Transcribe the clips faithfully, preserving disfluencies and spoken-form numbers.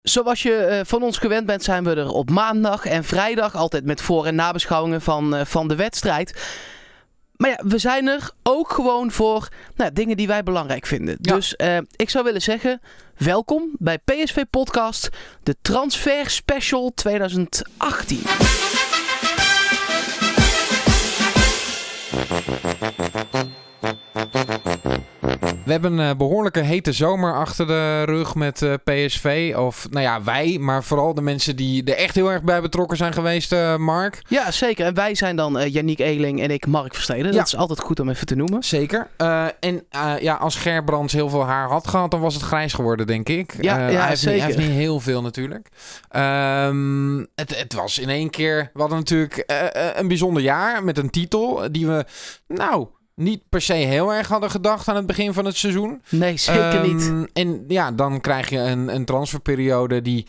Zoals je uh, van ons gewend bent, zijn we er op maandag en vrijdag. Altijd met voor- en nabeschouwingen van, uh, van de wedstrijd. Maar ja, we zijn er ook gewoon voor nou, dingen die wij belangrijk vinden. Ja. Dus uh, ik zou willen zeggen, welkom bij P S V Podcast, de Transfer Special twintig achttien. We hebben een behoorlijke hete zomer achter de rug met uh, P S V. Of, nou ja, wij, maar vooral de mensen die er echt heel erg bij betrokken zijn geweest, uh, Mark. Ja, zeker. En wij zijn dan uh, Yannick Eeling en ik Mark Versteden. Ja. Dat is altijd goed om even te noemen. Zeker. Uh, en uh, ja, als Gerbrands heel veel haar had gehad, dan was het grijs geworden, denk ik. Ja, uh, ja hij, heeft zeker. niet, hij heeft niet heel veel natuurlijk. Um, het, het was in één keer... We hadden natuurlijk uh, een bijzonder jaar met een titel die we... nou... niet per se heel erg hadden gedacht aan het begin van het seizoen. Nee, zeker um, niet. En ja, dan krijg je een, een transferperiode die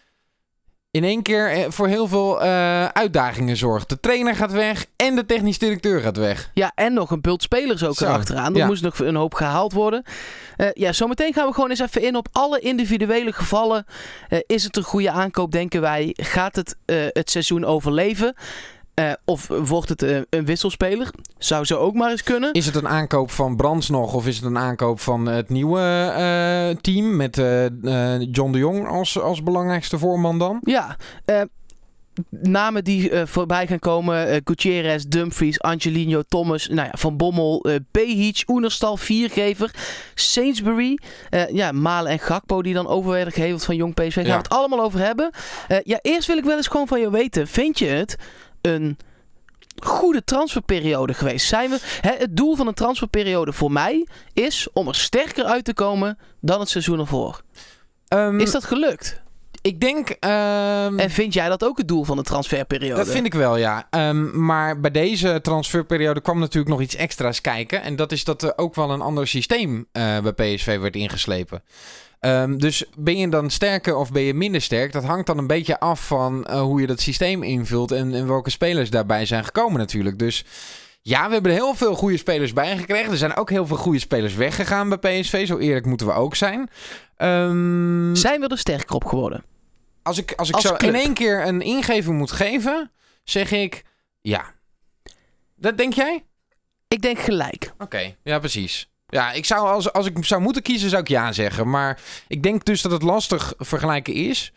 in één keer voor heel veel uh, uitdagingen zorgt. De trainer gaat weg en de technisch directeur gaat weg. Ja, en nog een bult spelers ook Zo, erachteraan. Er ja. moest nog een hoop gehaald worden. Uh, ja, zometeen gaan we gewoon eens even in op alle individuele gevallen. Uh, is het een goede aankoop, denken wij? Gaat het uh, het seizoen overleven? Uh, of wordt het uh, een wisselspeler? Zou zo ook maar eens kunnen. Is het een aankoop van Brands nog of is het een aankoop van het nieuwe uh, team met uh, uh, John de Jong als, als belangrijkste voorman dan? Ja, uh, namen die uh, voorbij gaan komen. Uh, Gutierrez, Dumfries, Angelino, Thomas, nou ja, Van Bommel, uh, Behic, Oenerstal, Viergever, Sainsbury. Uh, ja, Malen en Gakpo die dan over werden geheveld van Jong P S V. Gaan ja. we het allemaal over hebben. Uh, ja, eerst wil ik wel eens gewoon van je weten. Vind je het een goede transferperiode geweest? Zijn we, hè, het doel van een transferperiode voor mij is om er sterker uit te komen dan het seizoen ervoor. Um, is dat gelukt? Ik denk... Um, en vind jij dat ook het doel van de transferperiode? Dat vind ik wel, ja. Um, maar bij deze transferperiode kwam natuurlijk nog iets extra's kijken. En dat is dat er ook wel een ander systeem uh, bij P S V werd ingeslepen. Um, dus ben je dan sterker of ben je minder sterk? Dat hangt dan een beetje af van uh, hoe je dat systeem invult en, en welke spelers daarbij zijn gekomen natuurlijk. Dus ja, we hebben er heel veel goede spelers bij gekregen. Er zijn ook heel veel goede spelers weggegaan bij P S V. Zo eerlijk moeten we ook zijn. Um, zijn we er sterker op geworden? Als ik, als ik als zo club. in één keer een ingeving moet geven, zeg ik ja. Dat denk jij? Ik denk gelijk. Oké, okay, ja precies. Ja, ik zou als, als ik zou moeten kiezen, zou ik ja zeggen. Maar ik denk dus dat het lastig vergelijken is.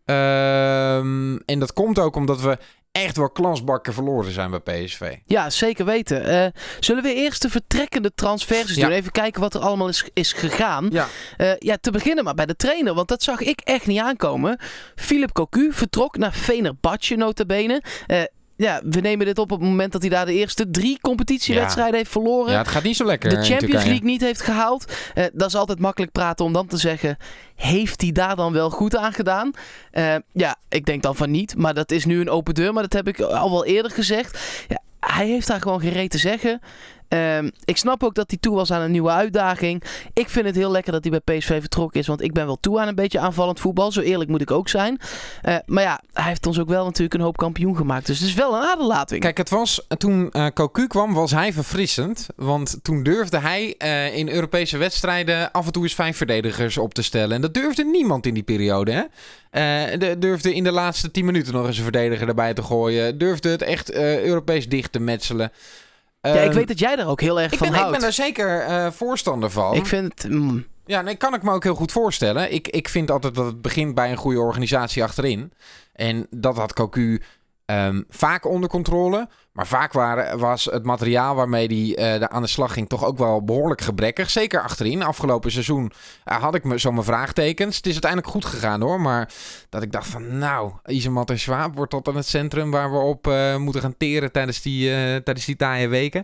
Um, en dat komt ook omdat we echt wel klasbakken verloren zijn bij P S V. Ja, zeker weten. Uh, zullen we eerst de vertrekkende transfers doen? Ja. Even kijken wat er allemaal is, is gegaan. Ja. Uh, ja, te beginnen maar bij de trainer, want dat zag ik echt niet aankomen. Philippe Cocu vertrok naar Fenerbahce nota bene. Uh, Ja, we nemen dit op op het moment dat hij daar de eerste drie competitiewedstrijden ja. heeft verloren. Ja, het gaat niet zo lekker. De Champions League niet heeft gehaald. Uh, dat is altijd makkelijk praten om dan te zeggen, heeft hij daar dan wel goed aan gedaan? Uh, ja, ik denk dan van niet. Maar dat is nu een open deur. Maar dat heb ik al wel eerder gezegd. Ja, hij heeft daar gewoon geen reet te zeggen. Um, ik snap ook dat hij toe was aan een nieuwe uitdaging. Ik vind het heel lekker dat hij bij P S V vertrokken is. Want ik ben wel toe aan een beetje aanvallend voetbal. Zo eerlijk moet ik ook zijn. Uh, maar ja, hij heeft ons ook wel natuurlijk een hoop kampioen gemaakt. Dus het is wel een aderlating. Kijk, het was toen uh, Cocu kwam, was hij verfrissend. Want toen durfde hij uh, in Europese wedstrijden af en toe eens vijf verdedigers op te stellen. En dat durfde niemand in die periode, hè? Uh, de, durfde in de laatste tien minuten nog eens een verdediger erbij te gooien. Durfde het echt uh, Europees dicht te metselen. Ja, ik weet dat jij daar ook heel erg ik van ben, houdt. Ik ben daar zeker uh, voorstander van. Ik vind het... Mm. Ja, nee, kan ik me ook heel goed voorstellen. Ik, ik vind altijd dat het begint bij een goede organisatie achterin. En dat had Cocu um, vaak onder controle. Maar vaak waren, was het materiaal waarmee hij uh, aan de slag ging toch ook wel behoorlijk gebrekkig. Zeker achterin. Afgelopen seizoen uh, had ik me zo mijn vraagtekens. Het is uiteindelijk goed gegaan hoor. Maar dat ik dacht van nou, Isemat en Schwab wordt dat dan het centrum waar we op uh, moeten gaan teren tijdens die, uh, tijdens die taaie weken.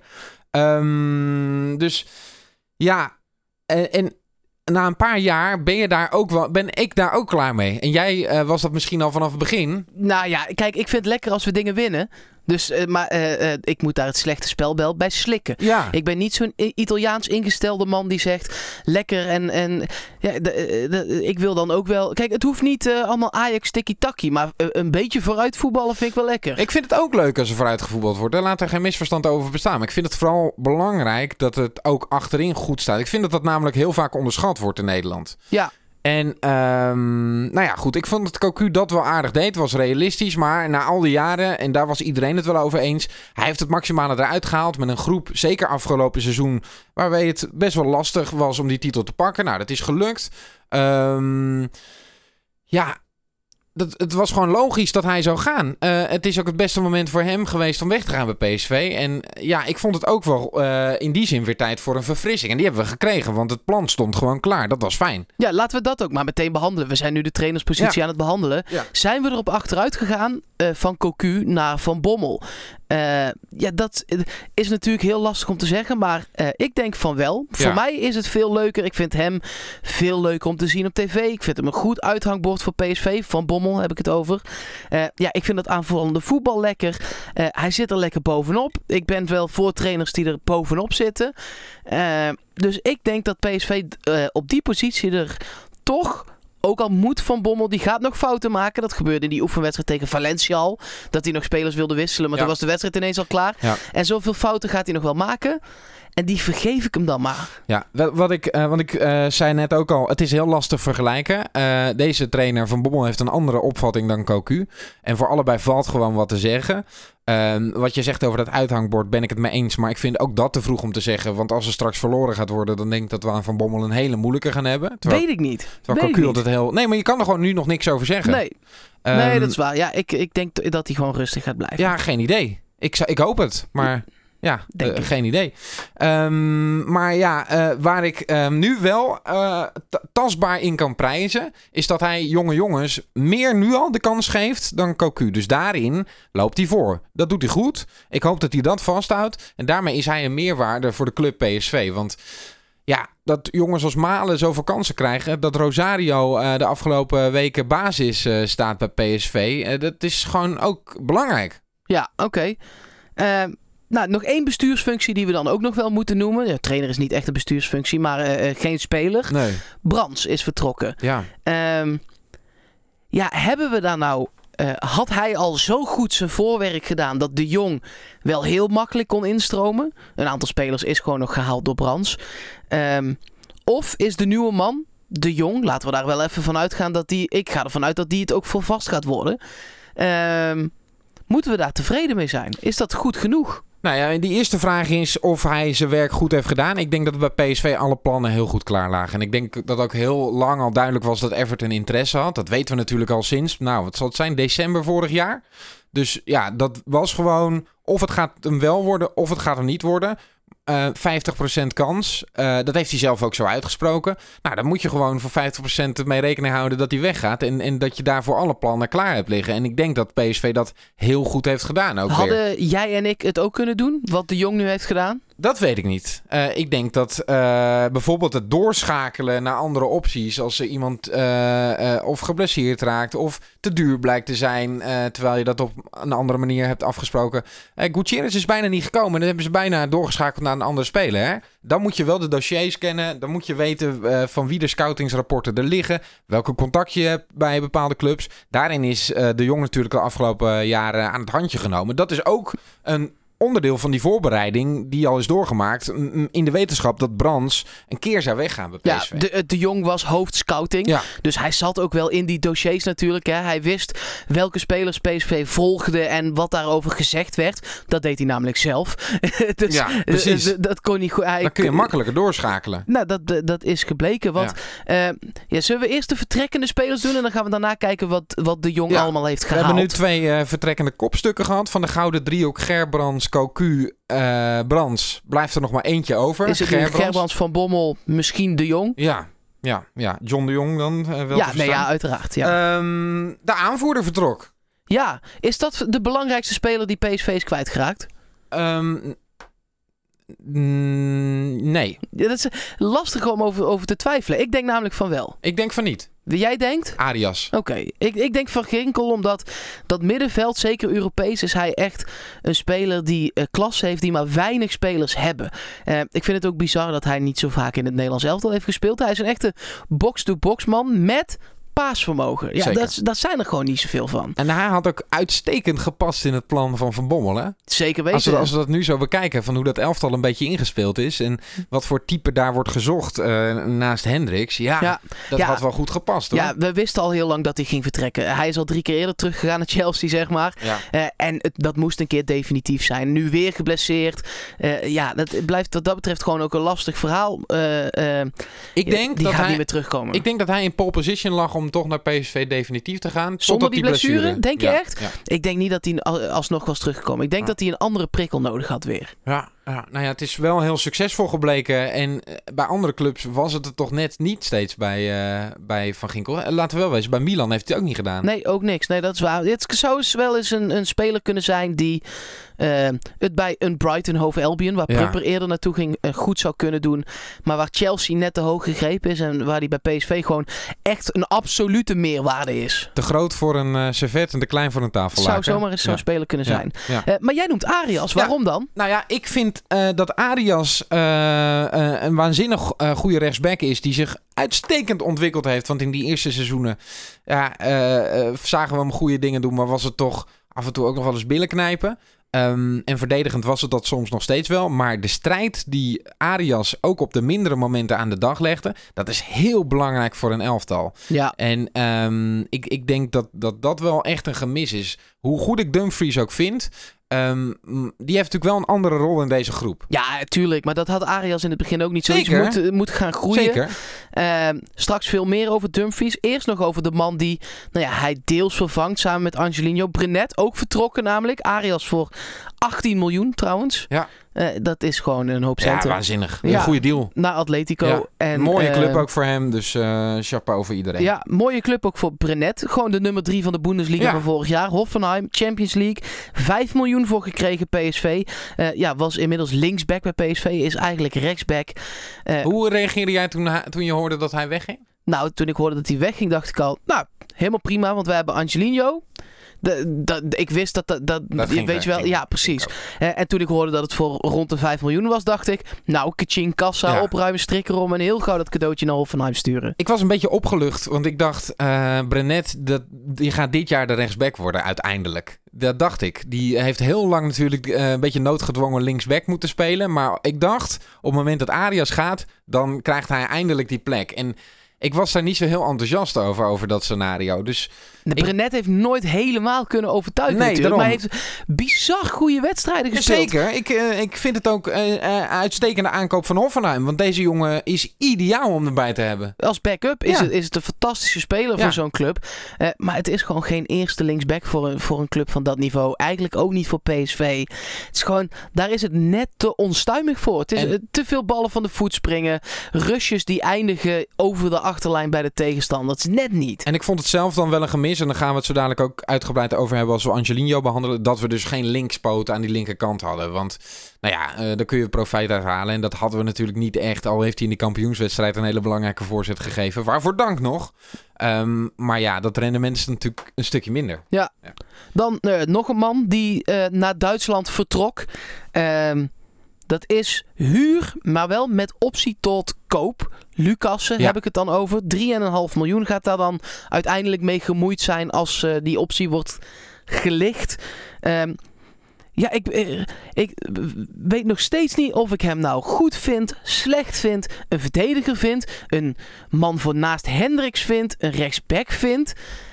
Um, dus ja, en... en na een paar jaar ben je daar ook wel, ben ik daar ook klaar mee. En jij uh, was dat misschien al vanaf het begin. Nou ja, kijk, ik vind het lekker als we dingen winnen. Dus, uh, maar uh, uh, ik moet daar het slechte spelbel bij slikken. Ja. Ik ben niet zo'n Italiaans ingestelde man die zegt lekker en, en ja, de, de, ik wil dan ook wel... Kijk, het hoeft niet uh, allemaal Ajax tikkie-takkie, maar uh, een beetje vooruit voetballen vind ik wel lekker. Ik vind het ook leuk als er vooruit gevoetbald wordt. Daar laat er geen misverstand over bestaan. Maar ik vind het vooral belangrijk dat het ook achterin goed staat. Ik vind dat dat namelijk heel vaak onderschat wordt in Nederland. Ja. En um, nou ja, goed. Ik vond dat Cocu dat wel aardig deed. Het was realistisch, maar na al die jaren, en daar was iedereen het wel over eens, hij heeft het maximale eruit gehaald met een groep, zeker afgelopen seizoen, waarbij het best wel lastig was om die titel te pakken. Nou, dat is gelukt. Um, ja... Dat, het was gewoon logisch dat hij zou gaan. Uh, het is ook het beste moment voor hem geweest om weg te gaan bij P S V. En ja, ik vond het ook wel uh, in die zin weer tijd voor een verfrissing. En die hebben we gekregen, want het plan stond gewoon klaar. Dat was fijn. Ja, laten we dat ook maar meteen behandelen. We zijn nu de trainerspositie ja. aan het behandelen. Ja. Zijn we erop achteruit gegaan uh, van Cocu naar Van Bommel? Uh, ja, dat is natuurlijk heel lastig om te zeggen, maar uh, ik denk van wel. Ja. Voor mij is het veel leuker. Ik vind hem veel leuker om te zien op tv. Ik vind hem een goed uithangbord voor P S V. Van Bommel heb ik het over. Uh, ja, ik vind het aanvallende voetbal lekker. Uh, hij zit er lekker bovenop. Ik ben wel voor trainers die er bovenop zitten. Uh, dus ik denk dat P S V uh, op die positie er toch... Ook al moet Van Bommel, die gaat nog fouten maken. Dat gebeurde in die oefenwedstrijd tegen Valencia al. Dat hij nog spelers wilde wisselen, maar ja. toen was de wedstrijd ineens al klaar. Ja. En zoveel fouten gaat hij nog wel maken. En die vergeef ik hem dan maar. Ja, wat ik, uh, want ik uh, zei net ook al, het is heel lastig vergelijken. Uh, deze trainer Van Bommel heeft een andere opvatting dan Cocu. En voor allebei valt gewoon wat te zeggen. Uh, wat je zegt over dat uithangbord ben ik het mee eens. Maar ik vind ook dat te vroeg om te zeggen. Want als er straks verloren gaat worden, dan denk ik dat we aan Van Bommel een hele moeilijke gaan hebben. Terwijl, Weet ik niet. Terwijl Cocu altijd heel... Nee, maar je kan er gewoon nu nog niks over zeggen. Nee, um, nee dat is waar. Ja, ik, ik denk dat hij gewoon rustig gaat blijven. Ja, geen idee. Ik, ik hoop het, maar... Ja, uh, geen idee. Um, maar ja, uh, waar ik um, nu wel uh, t- tastbaar in kan prijzen, is dat hij jonge jongens meer nu al de kans geeft dan Cocu. Dus daarin loopt hij voor. Dat doet hij goed. Ik hoop dat hij dat vasthoudt. En daarmee is hij een meerwaarde voor de club P S V. Want ja, dat jongens als Malen zoveel kansen krijgen, dat Rosario uh, de afgelopen weken basis uh, staat bij P S V, uh, dat is gewoon ook belangrijk. Ja, oké. Okay. Uh... Nou, nog één bestuursfunctie die we dan ook nog wel moeten noemen. Ja, trainer is niet echt een bestuursfunctie, maar uh, geen speler. Nee. Brands is vertrokken. Ja. Um, ja, hebben we daar nou... Uh, had hij al zo goed zijn voorwerk gedaan dat De Jong wel heel makkelijk kon instromen? Een aantal spelers is gewoon nog gehaald door Brands. Um, of is de nieuwe man, De Jong, laten we daar wel even van uitgaan dat die... Ik ga ervan uit dat die het ook voor vast gaat worden. Um, moeten we daar tevreden mee zijn? Is dat goed genoeg? Nou ja, die eerste vraag is of hij zijn werk goed heeft gedaan. Ik denk dat bij P S V alle plannen heel goed klaar lagen. En ik denk dat ook heel lang al duidelijk was dat Everton interesse had. Dat weten we natuurlijk al sinds, nou wat zal het zijn, december vorig jaar. Dus ja, dat was gewoon of het gaat hem wel worden of het gaat hem niet worden. Uh, vijftig procent kans. Uh, dat heeft hij zelf ook zo uitgesproken. Nou, dan moet je gewoon voor vijftig procent mee rekening houden dat hij weggaat. En, en dat je daarvoor alle plannen klaar hebt liggen. En ik denk dat P S V dat heel goed heeft gedaan ook Hadden weer. jij en ik het ook kunnen doen? Wat De Jong nu heeft gedaan? Dat weet ik niet. Uh, ik denk dat uh, bijvoorbeeld het doorschakelen naar andere opties, als er iemand uh, uh, of geblesseerd raakt of te duur blijkt te zijn, uh, terwijl je dat op een andere manier hebt afgesproken. Uh, Gutierrez is bijna niet gekomen en dan hebben ze bijna doorgeschakeld naar een andere speler. Hè? Dan moet je wel de dossiers kennen, dan moet je weten uh, van wie de scoutingsrapporten er liggen, welke contact je hebt bij bepaalde clubs. Daarin is uh, De Jong natuurlijk de afgelopen jaren aan het handje genomen. Dat is ook een onderdeel van die voorbereiding die al is doorgemaakt in de wetenschap dat Brands een keer zou weggaan bij P S V. Ja, de, de Jong was hoofdscouting. Ja. Dus hij zat ook wel in die dossiers natuurlijk. Hè. Hij wist welke spelers P S V volgde en wat daarover gezegd werd. Dat deed hij namelijk zelf. Dus, ja, precies. D- d- dat kon niet goed. Hij, Dan kun je makkelijker doorschakelen. Nou, dat, d- dat is gebleken. Want, ja. Uh, ja, zullen we eerst de vertrekkende spelers doen en dan gaan we daarna kijken wat, wat De Jong ja. allemaal heeft gehaald. We hebben nu twee uh, vertrekkende kopstukken gehad van de gouden driehoek Gerbrands, Cocu, uh, Brands. Blijft er nog maar eentje over. Is het Gerbrands, Gerbrands Van Bommel, misschien De Jong? Ja, ja, ja. John De Jong dan uh, wel ja, nee, ja, uiteraard. Ja. Um, de aanvoerder vertrok. Ja, is dat de belangrijkste speler die P S V is kwijtgeraakt? Um, mm, nee. Ja, dat is lastig om over, over te twijfelen. Ik denk namelijk van wel. Ik denk van niet. Jij denkt? Arias. Oké, okay. ik, ik denk van Ginkel, omdat dat middenveld, zeker Europees, is hij echt een speler die uh, klasse heeft, die maar weinig spelers hebben. Uh, ik vind het ook bizar dat hij niet zo vaak in het Nederlands elftal heeft gespeeld. Hij is een echte box-to-box man met paasvermogen. Ja, dat, dat zijn er gewoon niet zoveel van. En hij had ook uitstekend gepast in het plan van Van Bommel, hè? Zeker weten. Als we, als we dat nu zo bekijken, van hoe dat elftal een beetje ingespeeld is en wat voor type daar wordt gezocht uh, naast Hendricks. Ja, ja dat ja, had wel goed gepast, hoor. Ja, we wisten al heel lang dat hij ging vertrekken. Hij is al drie keer eerder teruggegaan naar Chelsea, zeg maar. Ja. Uh, en het, dat moest een keer definitief zijn. Nu weer geblesseerd. Uh, ja, dat blijft wat dat betreft gewoon ook een lastig verhaal. Uh, uh, ik denk die dat gaat hij, niet meer terugkomen. Ik denk dat hij in pole position lag om toch naar P S V definitief te gaan. Zonder die, die blessure? blessure? Denk je ja, echt? Ja. Ik denk niet dat hij alsnog was teruggekomen. Ik denk ja. dat hij een andere prikkel nodig had weer. Ja, ja, nou ja, het is wel heel succesvol gebleken. En bij andere clubs was het er toch net niet steeds bij, uh, bij Van Ginkel. Laten we wel wezen, bij Milan heeft hij het ook niet gedaan. Nee, ook niks. Nee, dat is waar. Het zou eens wel eens een, een speler kunnen zijn die uh, het bij een Brighton Hove Albion, waar ja. Prupper eerder naartoe ging, uh, goed zou kunnen doen. Maar waar Chelsea net te hoog gegrepen is en waar hij bij P S V gewoon echt een absolute meerwaarde is. Te groot voor een uh, servet en te klein voor een tafellaken. Zou zomaar eens zo'n ja. speler kunnen zijn. Ja. Ja. Uh, maar jij noemt Arias. Waarom ja. dan? Nou ja, ik vind uh, dat Arias uh, uh, een waanzinnig uh, goede rechtsback is die zich uitstekend ontwikkeld heeft. Want in die eerste seizoenen ja, uh, uh, zagen we hem goede dingen doen, maar was het toch af en toe ook nog wel eens billen knijpen. Um, en verdedigend was het dat soms nog steeds wel. Maar de strijd die Arias ook op de mindere momenten aan de dag legde, dat is heel belangrijk voor een elftal. Ja. En um, ik, ik denk dat, dat dat wel echt een gemis is. Hoe goed ik Dumfries ook vind, Um, die heeft natuurlijk wel een andere rol in deze groep. Ja, tuurlijk. Maar dat had Arias in het begin ook niet zo Zeker. Moet, moet gaan groeien. Zeker. Uh, straks veel meer over Dumfries. Eerst nog over de man die nou ja, hij deels vervangt samen met Angelino. Brenet ook vertrokken namelijk. Arias voor achttien miljoen trouwens. Ja. Uh, dat is gewoon een hoop centen. Ja, waanzinnig. Een ja, goede deal. Naar Atletico. Ja, en, mooie uh, club ook voor hem. Dus uh, chapeau voor iedereen. Ja, mooie club ook voor Brenet. Gewoon de nummer drie van de Bundesliga ja. van vorig jaar. Hoffenheim, Champions League. vijf miljoen voor gekregen P S V. Uh, ja, was inmiddels linksback bij P S V. Is eigenlijk rechtsback. Uh, Hoe reageerde jij toen, toen je hoorde dat hij wegging? Nou, toen ik hoorde dat hij wegging, dacht ik al... Nou, helemaal prima, want wij hebben Angelino... De, de, de, ik wist dat... dat, dat, dat weet weg, je wel, ja, precies. Uh, en toen ik hoorde dat het voor rond de vijf miljoen was, dacht ik... Nou, kaching, kassa, ja. opruimen, strikker om... en heel gauw dat cadeautje naar Hoffenheim sturen. Ik was een beetje opgelucht, want ik dacht... Uh, Brenet, dat, die gaat dit jaar de rechtsback worden uiteindelijk. Dat dacht ik. Die heeft heel lang natuurlijk uh, een beetje noodgedwongen linksback moeten spelen. Maar ik dacht, op het moment dat Arias gaat... dan krijgt hij eindelijk die plek. En... ik was daar niet zo heel enthousiast over, over dat scenario. Dus de ik... Brenet heeft nooit helemaal kunnen overtuigen nee, natuurlijk. Daarom. Maar hij heeft bizar goede wedstrijden gespeeld. Zeker. Ik, uh, ik vind het ook een uh, uh, uitstekende aankoop van Hoffenheim. Want deze jongen is ideaal om erbij te hebben. Als backup is, ja. het, is het een fantastische speler ja. voor zo'n club. Uh, maar het is gewoon geen eerste linksback voor een, voor een club van dat niveau. Eigenlijk ook niet voor P S V. Het is gewoon, daar is het net te onstuimig voor. Het is en... uh, te veel ballen van de voet springen. Rushes die eindigen over de achterlijn bij de tegenstander. Dat is net niet. En ik vond het zelf dan wel een gemis. En dan gaan we het zo dadelijk ook uitgebreid over hebben als we Angelino behandelen. Dat we dus geen linkspoot aan die linkerkant hadden. Want nou ja, uh, daar kun je profijt uit halen. En dat hadden we natuurlijk niet echt. Al heeft hij in die kampioenswedstrijd een hele belangrijke voorzet gegeven. Waarvoor dank nog. Um, maar ja, dat rendement is natuurlijk een stukje minder. Ja. ja. Dan uh, nog een man die uh, naar Duitsland vertrok. Um, dat is huur, maar wel met optie tot koop. Lucassen, ja. heb ik het dan over. drie komma vijf miljoen gaat daar dan uiteindelijk mee gemoeid zijn als uh, die optie wordt gelicht. Um, ja, ik, ik weet nog steeds niet of ik hem nou goed vind, slecht vind, een verdediger vind, een man voor naast Hendricks vind, een rechtsback vind.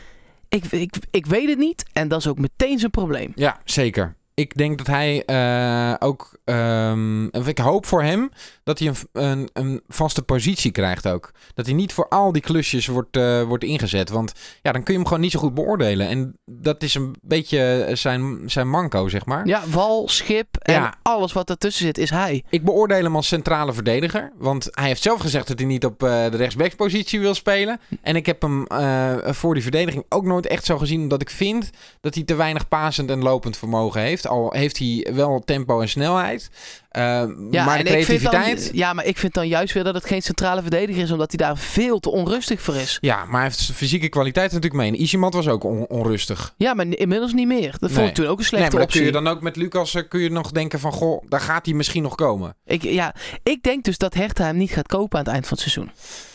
Ik, ik, ik weet het niet en dat is ook meteen zijn probleem. Ja, zeker. Ik denk dat hij uh, ook... Um, ik hoop voor hem dat hij een, een, een vaste positie krijgt ook. Dat hij niet voor al die klusjes wordt, uh, wordt ingezet. Want ja, dan kun je hem gewoon niet zo goed beoordelen. En dat is een beetje zijn, zijn manco, zeg maar. Ja, wal, schip en ja. alles wat ertussen zit is hij. Ik beoordeel hem als centrale verdediger. Want hij heeft zelf gezegd dat hij niet op uh, de rechtsbackspositie wil spelen. En ik heb hem uh, voor die verdediging ook nooit echt zo gezien. Omdat ik vind dat hij te weinig pasend en lopend vermogen heeft. Al heeft hij wel tempo en snelheid. Uh, ja, maar de creativiteit... Dan, ja, maar ik vind dan juist weer dat het geen centrale verdediger is. Omdat hij daar veel te onrustig voor is. Ja, maar hij heeft fysieke kwaliteit natuurlijk mee. En Isimat was ook on- onrustig. Ja, maar inmiddels niet meer. Dat vond nee. ik toen ook een slechte nee, maar optie. Kun je dan ook met Lucas kun je nog denken van... Goh, daar gaat hij misschien nog komen. Ik, ja, ik denk dus dat Hertha hem niet gaat kopen aan het eind van het seizoen.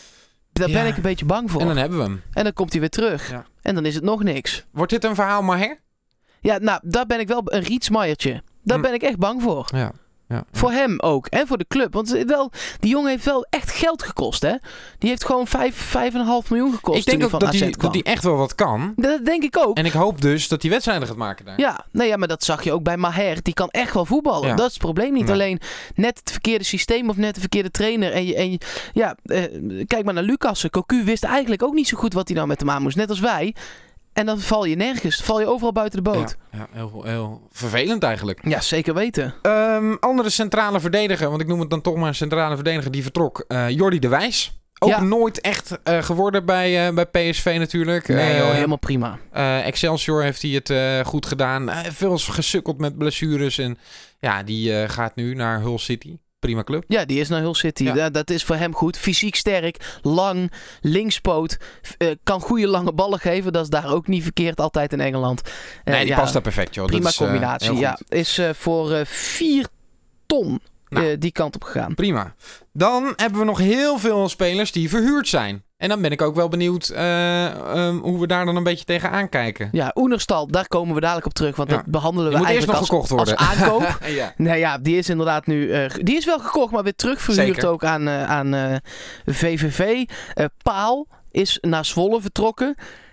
Daar Ja. ben ik een beetje bang voor. En dan hebben we hem. En dan komt hij weer terug. Ja. En dan is het nog niks. Wordt dit een verhaal Maher? Ja, nou, daar ben ik wel een rietsmaiertje. Daar Hm. ben ik echt bang voor. Ja. Ja. Voor hem ook. En voor de club. Want wel, die jongen heeft wel echt geld gekost, hè? Die heeft gewoon vijf, vijf en een half miljoen gekost. Ik denk toen ook hij dat van hij, A Z kwam. dat hij echt wel wat kan. Dat denk ik ook. En ik hoop dus dat hij wedstrijden gaat maken daar. Ja, nee, ja, maar dat zag je ook bij Maher. Die kan echt wel voetballen. Ja. Dat is het probleem niet. Nee. Alleen net het verkeerde systeem of net de verkeerde trainer. En je, en je, ja, eh, kijk maar naar Lucassen. Cocu wist eigenlijk ook niet zo goed wat hij nou met hem aan moest. Net als wij. En dan val je nergens. Dan val je overal buiten de boot. Ja, ja, heel, heel vervelend eigenlijk. Ja, zeker weten. Um, andere centrale verdediger, want ik noem het dan toch maar een centrale verdediger, die vertrok. Uh, Jordi de Wijs. Ook Ja. nooit echt uh, geworden bij, uh, bij P S V natuurlijk. Nee Uh, joh, helemaal prima. uh, Excelsior heeft hij het uh, goed gedaan. Uh, veel gesukkeld met blessures. En ja, die uh, gaat nu naar Hull City. Prima club. Ja, die is naar Hull City. Ja. Ja, dat is voor hem goed. Fysiek sterk, lang, linkspoot. Uh, kan goede lange ballen geven. Dat is daar ook niet verkeerd altijd in Engeland. Uh, Nee, die ja, past daar perfect, joh. prima Dat is, uh, combinatie. heel ja, goed. is uh, voor uh, vier ton Nou. uh, die kant op gegaan. Prima. Dan hebben we nog heel veel spelers die verhuurd zijn. En dan ben ik ook wel benieuwd uh, um, hoe we daar dan een beetje tegenaan kijken. Ja, Oenerstal, daar komen we dadelijk op terug. Want Ja. dat behandelen Die we moet eerst eigenlijk nog als, gekocht worden. als aankoop. ja. Nee, ja, die is inderdaad nu... Uh, die is wel gekocht, maar weer terug verhuurd Zeker. ook aan, uh, aan uh, V V V. Uh, Paal is naar Zwolle vertrokken.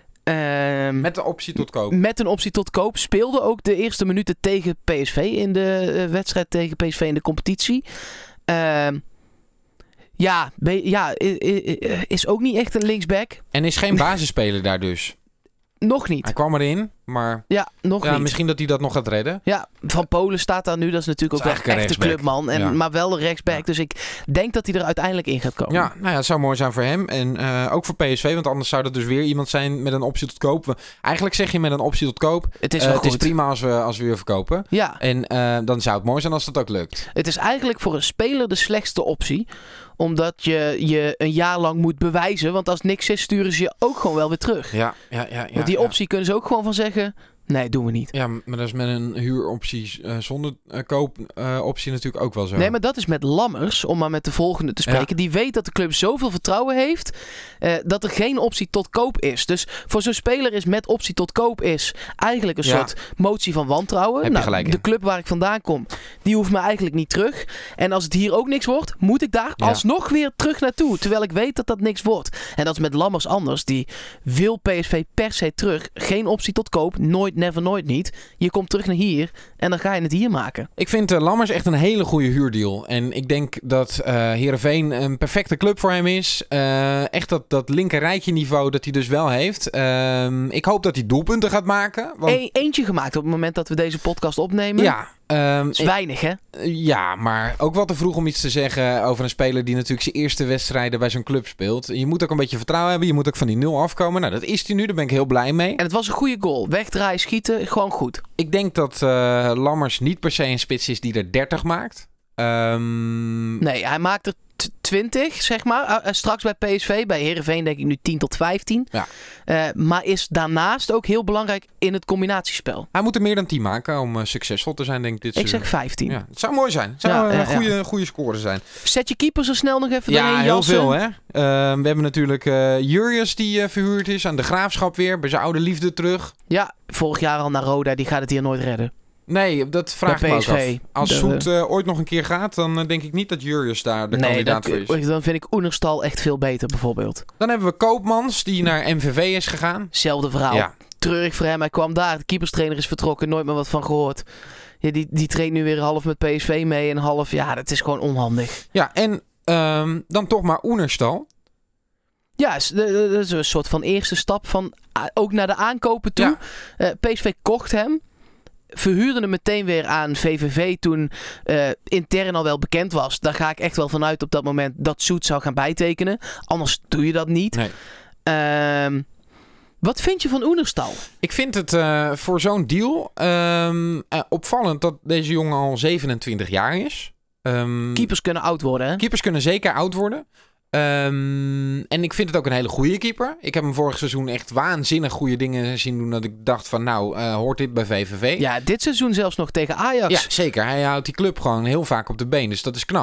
Ehm, Met de optie tot koop. Met een optie tot koop. Speelde ook de eerste minuten tegen P S V in de uh, wedstrijd tegen P S V in de competitie. Ehm ja, be- ja, i- i- is ook niet echt een linksback. En is geen basisspeler daar dus. Nog niet. Hij kwam erin, maar Ja, nog ja, niet. misschien dat hij dat nog gaat redden. Ja, Van Polen staat daar nu. Dat is natuurlijk Dat ook is wel een eigenlijk echte een rechtsback. clubman. En, Ja. Maar wel een rechtsback. Ja. Dus ik denk dat hij er uiteindelijk in gaat komen. Ja, nou ja, het zou mooi zijn voor hem. En uh, ook voor P S V, want anders zou dat dus weer iemand zijn met een optie tot koop. We- Eigenlijk zeg je met een optie tot koop. Het is uh, wel het goed. is prima als we, als we weer verkopen. Ja, En uh, dan zou het mooi zijn als dat ook lukt. het is eigenlijk voor een speler de slechtste optie. Omdat je je een jaar lang moet bewijzen. Want als niks is, sturen ze je ook gewoon wel weer terug. Ja, ja, ja. ja Want die ja. optie kunnen ze ook gewoon van zeggen... Nee, doen we niet. Ja, maar dat is met een huuroptie uh, zonder uh, koopoptie uh, natuurlijk ook wel zo. Nee, maar dat is met Lammers, om maar met de volgende te spreken. Ja. Die weet dat de club zoveel vertrouwen heeft, uh, dat er geen optie tot koop is. Dus voor zo'n speler is met optie tot koop is eigenlijk een Ja. soort motie van wantrouwen. Heb je gelijk in. De club waar ik vandaan kom, die hoeft me eigenlijk niet terug. En als het hier ook niks wordt, moet ik daar Ja. alsnog weer terug naartoe. Terwijl ik weet dat dat niks wordt. En dat is met Lammers anders. Die wil P S V per se terug. Geen optie tot koop, nooit, never, nooit niet. Je komt terug naar hier en dan ga je het hier maken. Ik vind uh, Lammers echt een hele goede huurdeal. En ik denk dat uh, Heerenveen een perfecte club voor hem is. Uh, echt dat, dat linker rijtje niveau dat hij dus wel heeft. Uh, ik hoop dat hij doelpunten gaat maken. Want... E- eentje gemaakt op het moment dat we deze podcast opnemen. Ja. Um, Dat is weinig, hè? Ja, maar ook wel te vroeg om iets te zeggen over een speler die natuurlijk zijn eerste wedstrijden bij zo'n club speelt. Je moet ook een beetje vertrouwen hebben. Je moet ook van die nul afkomen. Nou, dat is hij nu. Daar ben ik heel blij mee. En het was een goede goal. Wegdraaien, schieten, gewoon goed. Ik denk dat uh, Lammers niet per se een spits is die er dertig maakt. Um... Nee, hij maakt er t- twintig, zeg maar. Uh, straks bij P S V. Bij Heerenveen denk ik nu tien tot vijftien. Ja. Uh, maar is daarnaast ook heel belangrijk in het combinatiespel. Hij moet er meer dan tien maken om uh, succesvol te zijn, denk ik. Dit Ik seizoen. zeg vijftien. Ja, het zou mooi zijn. Het zou Ja, een ja, ja. goede, goede score zijn. Zet je keeper zo snel nog even Ja, doorheen heel jassen. veel, hè. Uh, we hebben natuurlijk uh, Jurjes die uh, verhuurd is aan de Graafschap weer. Bij zijn oude liefde terug. Ja, vorig jaar al naar Roda. Die gaat het hier nooit redden. Nee, dat vraag ik me ook Bij P S V. af. Als De- Soet uh, ooit nog een keer gaat, dan uh, denk ik niet dat Jurjes daar de nee, kandidaat dat, voor is. dan vind ik Oenerstal echt veel beter, bijvoorbeeld. Dan hebben we Koopmans, die naar M V V is gegaan. Hetzelfde verhaal. Ja. Treurig voor hem. Hij kwam daar. De keeperstrainer is vertrokken. Nooit meer wat van gehoord. Ja, die, die traint nu weer half met P S V mee en half... Ja, dat is gewoon onhandig. Ja, en um, dan toch maar Oenerstal. Ja, is- dat dat is een soort van eerste stap van... a- Ook naar de aankopen toe. Ja. Uh, P S V kocht hem. Verhuurde hem meteen weer aan V V V toen uh, intern al wel bekend was. Daar ga ik echt wel vanuit op dat moment dat Soet zou gaan bijtekenen. Anders doe je dat niet. Nee. Ehm, wat vind je van Oenerstal? Ik vind het uh, voor zo'n deal um, uh, opvallend dat deze jongen al zevenentwintig jaar is. Um, Keepers kunnen oud worden, hè? Keepers kunnen zeker oud worden. Um, en ik vind het ook een hele goede keeper. Ik heb hem vorig seizoen echt waanzinnig goede dingen zien doen. Dat ik dacht van nou, uh, hoort dit bij V V V? Ja, dit seizoen zelfs nog tegen Ajax. Ja, zeker. Hij houdt die club gewoon heel vaak op de been. Dus dat is knap.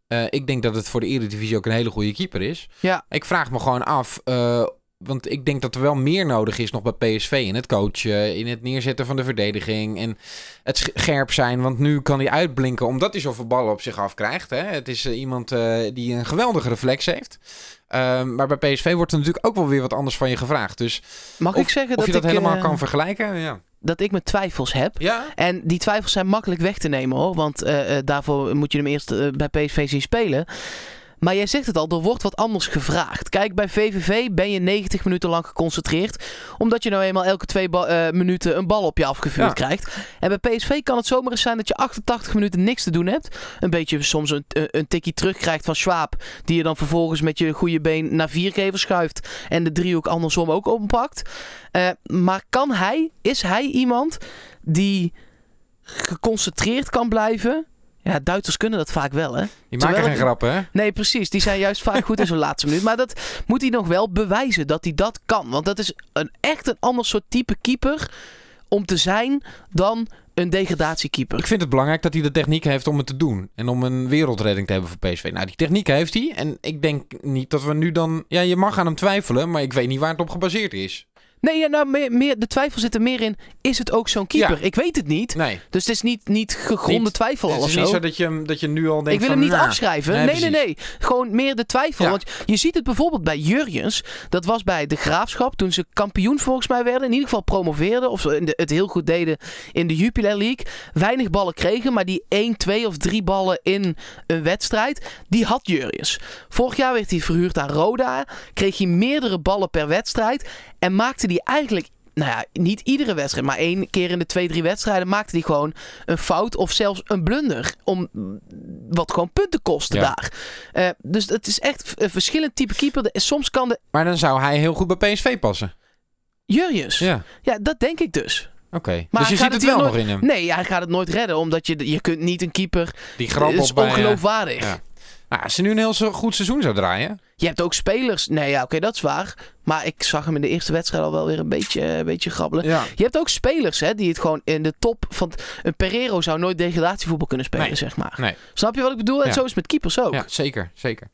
Uh, ik denk dat het voor de Eredivisie ook een hele goede keeper is. Ja. Ik vraag me gewoon af... Uh, want ik denk dat er wel meer nodig is nog bij P S V. In het coachen, in het neerzetten van de verdediging. En het scherp zijn. Want nu kan hij uitblinken omdat hij zoveel ballen op zich afkrijgt. Hè? Het is uh, iemand uh, die een geweldige reflex heeft. Uh, maar bij P S V wordt er natuurlijk ook wel weer wat anders van je gevraagd. Dus Mag of, ik zeggen of dat je dat ik, helemaal uh, kan vergelijken? Ja. Dat ik mijn twijfels heb. Ja? En die twijfels zijn makkelijk weg te nemen hoor. Want uh, uh, daarvoor moet je hem eerst uh, bij P S V zien spelen. Maar jij zegt het al, er wordt wat anders gevraagd. Kijk, bij V V V ben je negentig minuten lang geconcentreerd. Omdat je nou eenmaal elke twee ba- uh, minuten een bal op je afgevuurd ja. krijgt. En bij P S V kan het zomaar eens zijn dat je achtentachtig minuten niks te doen hebt. Een beetje soms een, een tikkie terugkrijgt van Schwab. Die je dan vervolgens met je goede been naar Viergever schuift. En de driehoek andersom ook openpakt. Uh, maar kan hij, is hij iemand die geconcentreerd kan blijven... Ja, Duitsers kunnen dat vaak wel, hè? Die maken geen grappen, hè? Nee, precies. Die zijn juist vaak goed in zo'n laatste minuut. Maar dat moet hij nog wel bewijzen dat hij dat kan. Want dat is een, echt een ander soort type keeper om te zijn dan een degradatiekeeper. Ik vind het belangrijk dat hij de techniek heeft om het te doen. En om een wereldredding te hebben voor P S V. Nou, die techniek heeft hij. En ik denk niet dat we nu dan... Ja, je mag aan hem twijfelen, maar ik weet niet waar het op gebaseerd is. Nee, ja, nou, meer, meer, de twijfel zit er meer in. Is het ook zo'n keeper? Ja. Ik weet het niet. Nee. Dus het is niet, niet gegronde niet, twijfel al of zo. Het is niet zo dat je, dat je nu al denkt Ik wil van, hem niet nah, afschrijven. Nee, nee, nee, nee. Gewoon meer de twijfel. Ja. Want je ziet het bijvoorbeeld bij Jurjens. Dat was bij de Graafschap. Toen ze kampioen volgens mij werden. In ieder geval promoveerden. Of ze het heel goed deden in de Jupiler League. Weinig ballen kregen. Maar die één, twee of drie ballen in een wedstrijd. Die had Jurjens. Vorig jaar werd hij verhuurd aan Roda. Kreeg hij meerdere ballen per wedstrijd. En maakte die eigenlijk... Nou ja, niet iedere wedstrijd, maar één keer in de twee, drie wedstrijden maakte hij gewoon een fout of zelfs een blunder. Om wat gewoon punten kosten ja. daar. Uh, dus het is echt een verschillend type keeper. Soms kan de... Maar dan zou hij heel goed bij P S V passen. Jurjens? Ja. Ja, dat denk ik dus. Oké, okay. Dus je ziet het, het wel nooit... nog in hem? Nee, hij gaat het nooit redden, omdat je, je kunt niet een keeper... Die grabbelt is bij... ongeloofwaardig. Ja. Nou, als ze nu een heel zo goed seizoen zou draaien... Je hebt ook spelers... Nee, ja, oké, okay, dat is waar. Maar ik zag hem in de eerste wedstrijd al wel weer een beetje, een beetje grabbelen. Ja. Je hebt ook spelers hè, die het gewoon in de top van... Een Pereiro zou nooit degradatievoetbal kunnen spelen, nee. zeg maar. Nee. Snap je wat ik bedoel? En ja. zo is het met keepers ook. Ja, zeker, zeker.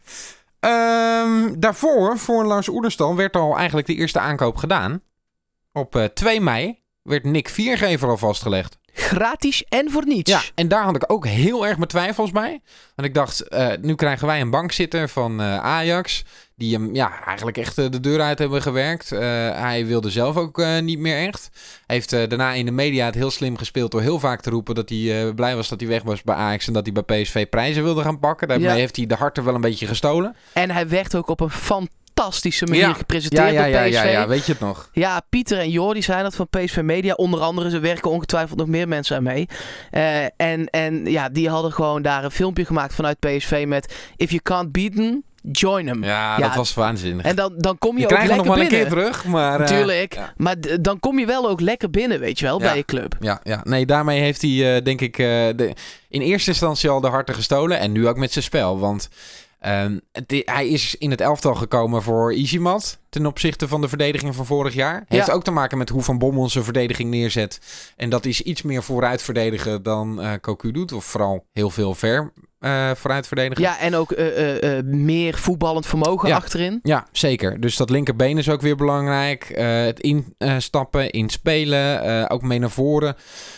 Um, daarvoor, voor Lars Oenerstal, werd al eigenlijk de eerste aankoop gedaan. Op uh, twee mei werd Nick Viergever al vastgelegd. Gratis en voor niets. Ja, en daar had ik ook heel erg mijn twijfels bij. Want ik dacht, uh, nu krijgen wij een bankzitter van uh, Ajax... die hem ja, eigenlijk echt uh, de deur uit hebben gewerkt. Uh, hij wilde zelf ook uh, niet meer echt. Hij heeft uh, daarna in de media het heel slim gespeeld... door heel vaak te roepen dat hij uh, blij was dat hij weg was bij Ajax... en dat hij bij P S V prijzen wilde gaan pakken. Daarmee ja. heeft hij de harten wel een beetje gestolen. En hij werd ook op een fantastische... fantastische manier ja. gepresenteerd ja, ja, door P S V. Ja, ja, ja, weet je het nog? Ja, Pieter en Jordi zijn dat van P S V Media. Onder andere, ze werken ongetwijfeld nog meer mensen aan mee. Uh, en, en ja, die hadden gewoon daar een filmpje gemaakt vanuit P S V met... If you can't beat them, join them. Ja, ja, dat was waanzinnig. En dan, dan kom je, je ook lekker nog wel binnen. een keer terug, maar... Uh, Tuurlijk, ja. maar d- dan kom je wel ook lekker binnen, weet je wel, ja. bij je club. Ja, ja, nee, daarmee heeft hij, uh, denk ik, uh, de, in eerste instantie al de harten gestolen. En nu ook met zijn spel, want... Um, het, hij is in het elftal gekomen voor Izimat ten opzichte van de verdediging van vorig jaar. Ja. Heeft ook te maken met hoe Van Bommel zijn verdediging neerzet. En dat is iets meer vooruit verdedigen dan uh, Cocu doet. Of vooral heel veel ver uh, vooruit verdedigen. Ja, en ook uh, uh, uh, meer voetballend vermogen ja. achterin. Ja, zeker. Dus dat linkerbeen is ook weer belangrijk. Uh, het instappen, uh, inspelen, uh, ook mee naar voren.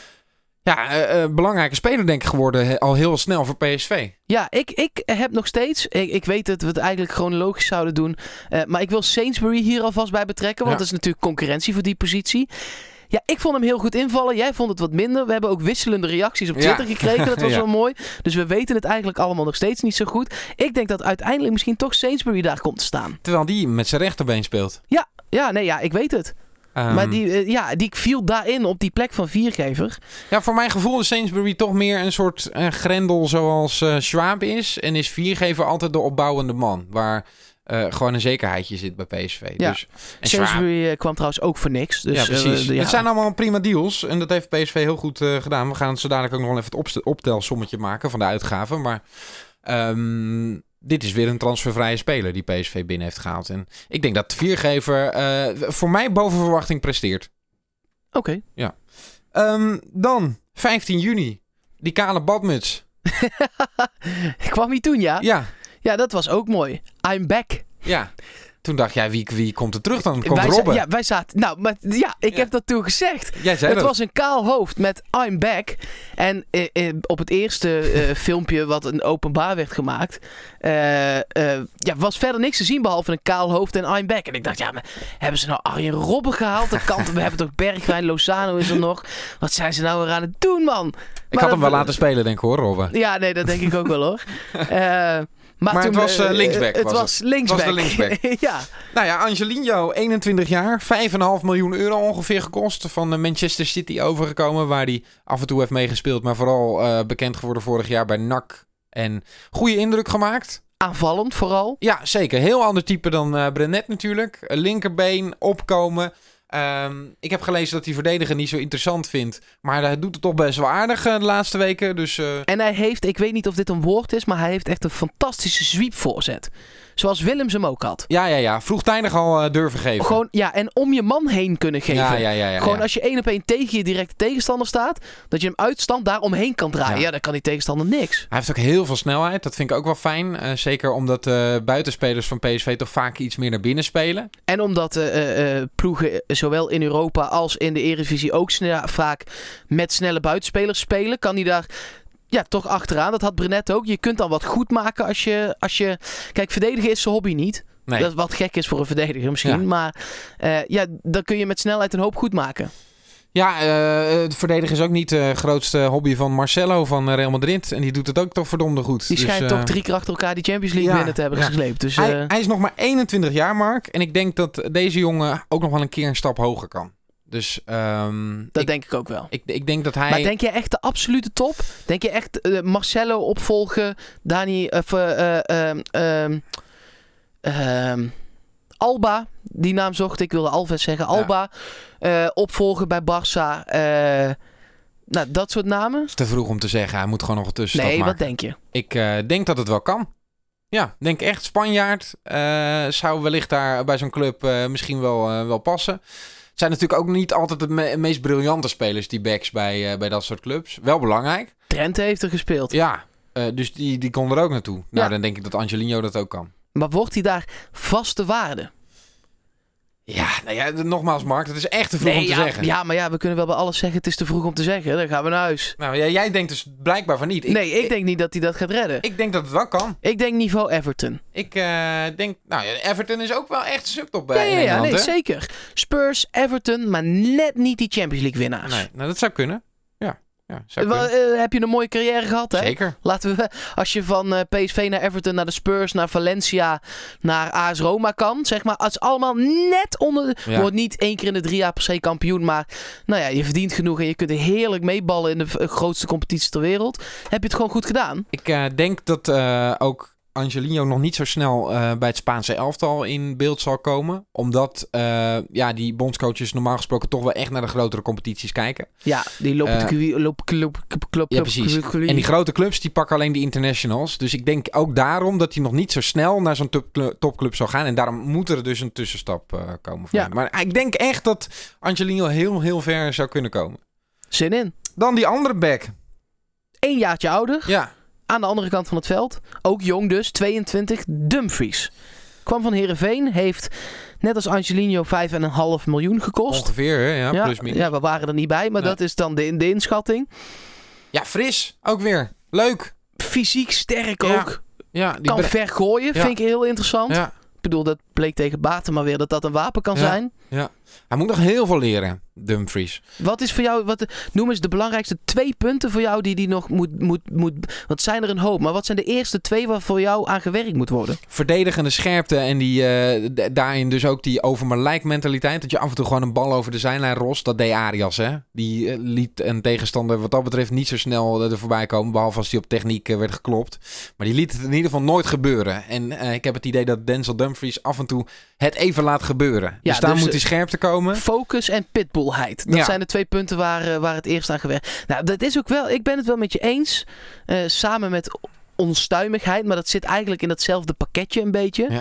Ja, uh, uh, belangrijke speler denk ik geworden he, al heel snel voor P S V. Ja, ik, ik heb nog steeds... Ik, ik weet dat we het eigenlijk chronologisch zouden doen. Uh, maar ik wil Sainsbury hier alvast bij betrekken. Want ja. dat is natuurlijk concurrentie voor die positie. Ja, ik vond hem heel goed invallen. Jij vond het wat minder. We hebben ook wisselende reacties op Twitter ja. gekregen. Dat was ja. wel mooi. Dus we weten het eigenlijk allemaal nog steeds niet zo goed. Ik denk dat uiteindelijk misschien toch Sainsbury daar komt te staan. Terwijl die met zijn rechterbeen speelt. Ja, ja, nee, ja, ik weet het. Um, maar die, uh, ja, die viel daarin op die plek van Viergever. Ja, voor mijn gevoel is Sainsbury toch meer een soort uh, grendel zoals uh, Schwab is. En is Viergever altijd de opbouwende man. Waar uh, gewoon een zekerheidje zit bij P S V. Ja. Dus, en Sainsbury uh, kwam trouwens ook voor niks. Dus, ja, precies. Uh, de, ja. Het zijn allemaal prima deals. En dat heeft P S V heel goed uh, gedaan. We gaan het zo dadelijk ook nog wel even het opst- optelsommetje maken van de uitgaven. Maar... Um, dit is weer een transfervrije speler die P S V binnen heeft gehaald. En ik denk dat de Viergever uh, voor mij boven verwachting presteert. Oké. Okay. Ja. Um, dan, vijftien juni. Die kale badmuts. Kwam hij toen, ja? Ja. Ja, dat was ook mooi. I'm back. Ja. Toen dacht jij, wie, wie komt er terug dan? Komt wij Robben. Ja, wij zaten... Nou, maar, ja, ik Ja. heb dat toen gezegd. Jij zei Het dat. was een kaal hoofd met I'm back. En eh, eh, op het eerste eh, filmpje wat een openbaar werd gemaakt... eh, eh, ja, was verder niks te zien behalve een kaal hoofd en I'm back. En ik dacht, ja, maar hebben ze nou Arjen Robben gehaald? Dat kan, we hebben toch Bergwijn, Lozano is er nog. Wat zijn ze nou weer aan het doen, man? Ik Maar had hem wel dat- laten spelen, denk ik hoor, Robben. Ja, nee, dat denk ik ook wel hoor. Eh, maar Maar toen, het was, eh, eh, linksback, Het was was linksback. Het was de linksback. ja. Nou ja, Angelino, eenentwintig jaar, vijf komma vijf miljoen euro ongeveer gekost. Van de Manchester City overgekomen, waar hij af en toe heeft meegespeeld. Maar vooral uh, bekend geworden vorig jaar bij N A C. En goede indruk gemaakt. Aanvallend vooral. Ja, zeker. Heel ander type dan uh, Brenet natuurlijk. Linkerbeen, opkomen. Um, ik heb gelezen dat hij verdediger niet zo interessant vindt. Maar hij doet het toch best wel aardig uh, de laatste weken. Dus, uh... En hij heeft, ik weet niet of dit een woord is, maar hij heeft echt een fantastische zwiepvoorzet. Zoals Willems hem ook had. Ja, ja, ja. Vroegtijdig al uh, durven geven. Gewoon, ja, en om je man heen kunnen geven. Ja, ja, ja, ja, Gewoon ja. als je één op één tegen je directe tegenstander staat, dat je hem uitstand daar omheen kan draaien. Ja. Ja. dan kan die tegenstander niks. Hij heeft ook heel veel snelheid. Dat vind ik ook wel fijn. Uh, zeker omdat uh, buitenspelers van P S V toch vaak iets meer naar binnen spelen. En omdat uh, uh, ploegen zowel in Europa als in de Eredivisie ook snel, vaak met snelle buitenspelers spelen, kan hij daar... Ja, toch achteraan. Dat had Brenet ook. Je kunt dan wat goed maken als je... Als je... Kijk, verdedigen is zijn hobby niet. Nee. Dat is wat gek is voor een verdediger misschien. Ja. Maar uh, ja, dan kun je met snelheid een hoop goed maken. Ja, uh, het verdedigen is ook niet het uh, grootste hobby van Marcelo van Real Madrid. En die doet het ook toch verdomde goed. Die schijnt dus, uh, toch drie keer achter elkaar die Champions League ja, winnen te hebben ja. gesleept. Dus, uh, hij, hij is nog maar eenentwintig jaar, Mark. En ik denk dat deze jongen ook nog wel een keer een stap hoger kan. Dus um, dat ik, denk ik ook wel. Ik, ik denk dat hij... Maar denk je echt de absolute top? Denk je echt uh, Marcelo opvolgen, Dani... Of, uh, uh, uh, uh, uh, Alba, die naam zocht ik, wilde Alves zeggen. Alba, ja. uh, opvolgen bij Barça. Uh, nou, dat soort namen. Het is te vroeg om te zeggen. Hij moet gewoon nog een tussenstap nee, maken. wat denk je? Ik uh, denk dat het wel kan. Ja, denk echt. Spanjaard uh, zou wellicht daar bij zo'n club uh, misschien wel, uh, wel passen. Het zijn natuurlijk ook niet altijd de me- meest briljante spelers, die backs bij, uh, bij dat soort clubs. Wel belangrijk. Trent heeft er gespeeld. Ja, uh, dus die, die kon er ook naartoe. Nou, ja. dan denk ik dat Angelino dat ook kan. Maar wordt hij daar vaste waarde? Ja, nou ja, nogmaals Mark, het is echt te vroeg nee, om te ja, zeggen. Ja, maar ja, we kunnen wel bij alles zeggen, het is te vroeg om te zeggen. Dan gaan we naar huis. Nou, ja, jij denkt dus blijkbaar van niet. Ik, nee, ik, ik denk niet dat hij dat gaat redden. Ik denk dat het wel kan. Ik denk niveau Everton. Ik uh, denk, nou ja, Everton is ook wel echt subtop bij ja, ja, in Engeland, ja, nee, hè? zeker. Spurs, Everton, maar net niet die Champions League winnaars. Nee, nou dat zou kunnen. Ja, ja zou Wel, kunnen. uh, heb je een mooie carrière gehad, hè? Zeker. Laten we, als je van uh, P S V naar Everton, naar de Spurs, naar Valencia, naar A S Roma kan, zeg maar, als allemaal net onder, Ja. wordt niet één keer in de drie jaar per se kampioen, maar nou ja, je verdient genoeg en je kunt heerlijk meeballen in de v- grootste competitie ter wereld. Heb je het gewoon goed gedaan? Ik uh, denk dat uh, ook Angelino nog niet zo snel uh, bij het Spaanse elftal in beeld zal komen. Omdat uh, ja, die bondscoaches normaal gesproken toch wel echt naar de grotere competities kijken. Ja, die lopen Uh, te loop, loop, loop, Ja, precies. En die grote clubs die pakken alleen die internationals. Dus ik denk ook daarom dat hij nog niet zo snel naar zo'n top- topclub zal gaan. En daarom moet er dus een tussenstap uh, komen. Voor Ja. hem. Maar ik denk echt dat Angelino heel, heel ver zou kunnen komen. Zin in. Dan die andere back. Eén jaartje ouder. Ja. Aan de andere kant van het veld. Ook jong dus, tweeëntwintig. Dumfries. Kwam van Heerenveen. Heeft net als Angelino vijf komma vijf miljoen gekost. Ongeveer, hè? Ja, Ja, plus minus. ja, we waren er niet bij, maar Nee. dat is dan de, de inschatting. Ja, fris. Ook weer. Leuk. Fysiek sterk Ja. ook. Ja, die Kan bre- ver gooien, Ja. vind ik heel interessant. ja, Ik bedoel, dat bleek tegen Baten maar weer dat dat een wapen kan Ja. zijn. ja. Hij moet nog heel veel leren, Dumfries. Wat is voor jou, wat, noem eens de belangrijkste twee punten voor jou die die nog moet, moet, moet... Want zijn er een hoop, maar wat zijn de eerste twee waar voor jou aan gewerkt moet worden? Verdedigende scherpte en die, uh, d- daarin dus ook die over mijn lijk mentaliteit. Dat je af en toe gewoon een bal over de zijlijn rost. Dat deed Arias, hè. Die uh, liet een tegenstander wat dat betreft niet zo snel uh, er voorbij komen. Behalve als hij op techniek uh, werd geklopt. Maar die liet het in ieder geval nooit gebeuren. En uh, ik heb het idee dat Denzel Dumfries af en toe het even laat gebeuren. Ja, dus daar dus, moet die scherpte komen. Focus en pitbullheid. Dat Ja. zijn de twee punten waar, uh, waar het eerst aan gewerkt. Nou, dat is ook wel... Ik ben het wel met je eens. Uh, samen met onstuimigheid. Maar dat zit eigenlijk in datzelfde pakketje een beetje. Ja.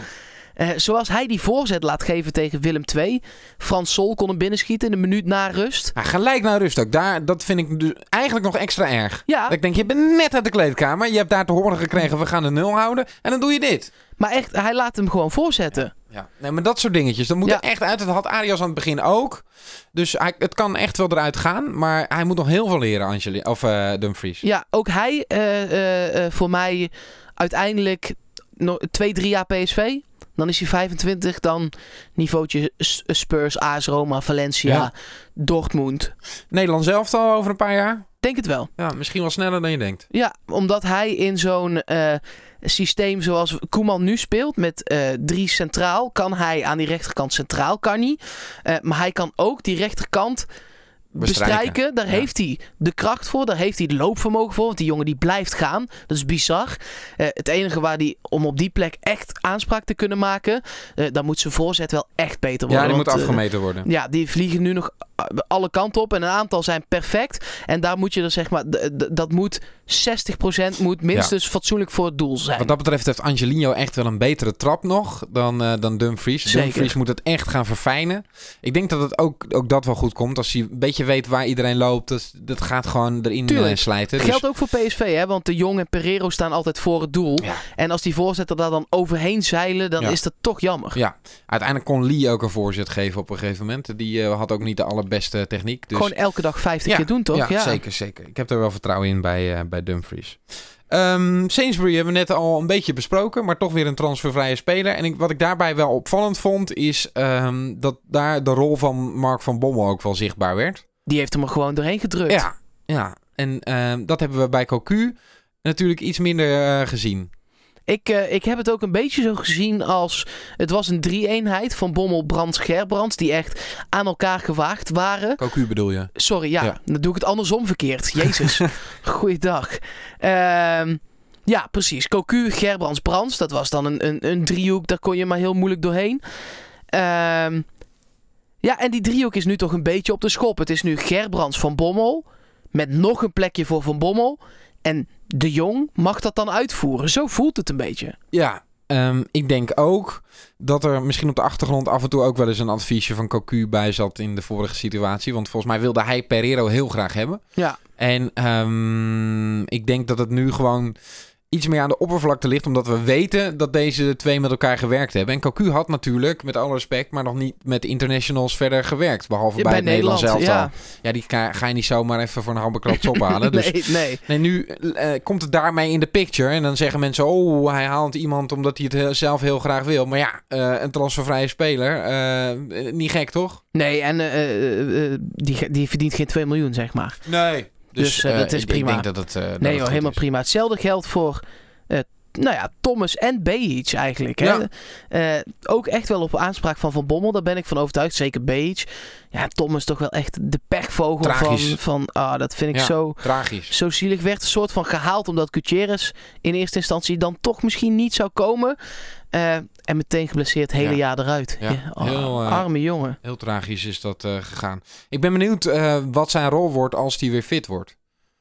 Uh, zoals hij die voorzet laat geven tegen Willem twee. Frans Sol kon hem binnenschieten in een minuut na rust. Ja, gelijk na rust ook. Daar, dat vind ik dus eigenlijk nog extra erg. Ja. Dat ik denk, je bent net uit de kleedkamer. Je hebt daar te horen gekregen, we gaan de nul houden. En dan doe je dit. Maar echt, hij laat hem gewoon voorzetten. Ja. Ja. Nee, maar dat soort dingetjes, dat moet Ja. er echt uit. Dat had Arias aan het begin ook. Dus hij, het kan echt wel eruit gaan. Maar hij moet nog heel veel leren, Angeli, of uh, Dumfries. Ja. Ja, ook hij uh, uh, uh, voor mij uiteindelijk nog twee, drie jaar P S V. Dan is hij vijfentwintig. Dan niveautje Spurs, A S Roma, Valencia, Ja. Dortmund. Nederland zelf al over een paar jaar. Denk het wel. Ja, misschien wel sneller dan je denkt. Ja, omdat hij in zo'n uh, systeem zoals Koeman nu speelt, met uh, drie centraal, kan hij aan die rechterkant centraal, kan hij. Uh, maar hij kan ook die rechterkant bestrijken. bestrijken. Daar Ja. heeft hij de kracht voor, daar heeft hij het loopvermogen voor, want die jongen die blijft gaan. Dat is bizar. Uh, het enige waar hij, om op die plek echt aanspraak te kunnen maken, uh, dan moet zijn voorzet wel echt beter worden. Ja, die want, moet afgemeten worden. Uh, ja, die vliegen nu nog alle kanten op en een aantal zijn perfect. En daar moet je er zeg maar, d- d- dat moet zestig procent moet minstens ja. fatsoenlijk voor het doel zijn. Wat dat betreft heeft Angelino echt wel een betere trap nog dan, uh, dan Dumfries. Zeker. Dumfries moet het echt gaan verfijnen. Ik denk dat het ook, ook dat wel goed komt. Als hij een beetje weet waar iedereen loopt, dat, dat gaat gewoon erin uh, slijten. Dat dus... geldt ook voor P S V, hè? Want de Jong en Pereiro staan altijd voor het doel. Ja. En als die voorzetter daar dan overheen zeilen, dan ja. is dat toch jammer. Ja, uiteindelijk kon Lee ook een voorzet geven op een gegeven moment. Die uh, had ook niet de allerbeste techniek. Dus... Gewoon elke dag vijftig ja, keer doen, toch? Ja, ja, zeker, zeker. Ik heb er wel vertrouwen in bij, uh, bij Dumfries. Um, Sainsbury hebben we net al een beetje besproken, maar toch weer een transfervrije speler. En ik, wat ik daarbij wel opvallend vond, is um, dat daar de rol van Mark van Bommel ook wel zichtbaar werd. Die heeft hem er gewoon doorheen gedrukt. Ja, ja. En um, dat hebben we bij Cocu natuurlijk iets minder uh, gezien. Ik, uh, ik heb het ook een beetje zo gezien als... Het was een drie-eenheid van Bommel, Brands, Gerbrands... die echt aan elkaar gewaagd waren. Cocu bedoel je? Sorry, ja. ja. Dan doe ik het andersom verkeerd. Jezus. Goeiedag. Uh, ja, precies. Cocu, Gerbrands, Brands. Dat was dan een, een, een driehoek. Daar kon je maar heel moeilijk doorheen. Uh, ja, en die driehoek is nu toch een beetje op de schop. Het is nu Gerbrands, Van Bommel... met nog een plekje voor Van Bommel... En de Jong mag dat dan uitvoeren. Zo voelt het een beetje. Ja, um, ik denk ook dat er misschien op de achtergrond af en toe ook wel eens een adviesje van Cocu bij zat in de vorige situatie. Want volgens mij wilde hij Pereiro heel graag hebben. Ja. En um, ik denk dat het nu gewoon iets meer aan de oppervlakte ligt, omdat we weten dat deze twee met elkaar gewerkt hebben. En Cocu had natuurlijk, met alle respect, maar nog niet met internationals verder gewerkt. Behalve ja, bij, bij het Nederlands elftal. Ja. ja, die ga, ga je niet zomaar even voor een hamburgerkrats ophalen. Dus, nee, nee. nee, nu uh, komt het daarmee in de picture. En dan zeggen mensen, oh, hij haalt iemand omdat hij het heel, zelf heel graag wil. Maar ja, uh, een transfervrije speler, uh, niet gek toch? Nee, en uh, uh, die, die verdient geen twee miljoen, zeg maar. Nee. Dus, dus uh, dat is ik, prima. Ik denk dat het, uh, nee, joh, helemaal is. prima. Hetzelfde geldt voor uh, nou ja, Thomas en Behic eigenlijk. Hè? Ja. Uh, ook echt wel op aanspraak van Van Bommel. Daar ben ik van overtuigd. Zeker Behic. Ja, Thomas toch wel echt de pechvogel tragisch. van... van ah, dat vind ik ja, zo, tragisch. zo zielig. Werd een soort van gehaald omdat Gutierrez in eerste instantie dan toch misschien niet zou komen. Uh, en meteen geblesseerd het hele ja. jaar eruit. Ja. Ja, oh, heel, uh, arme jongen. Heel tragisch is dat uh, gegaan. Ik ben benieuwd uh, wat zijn rol wordt als hij weer fit wordt.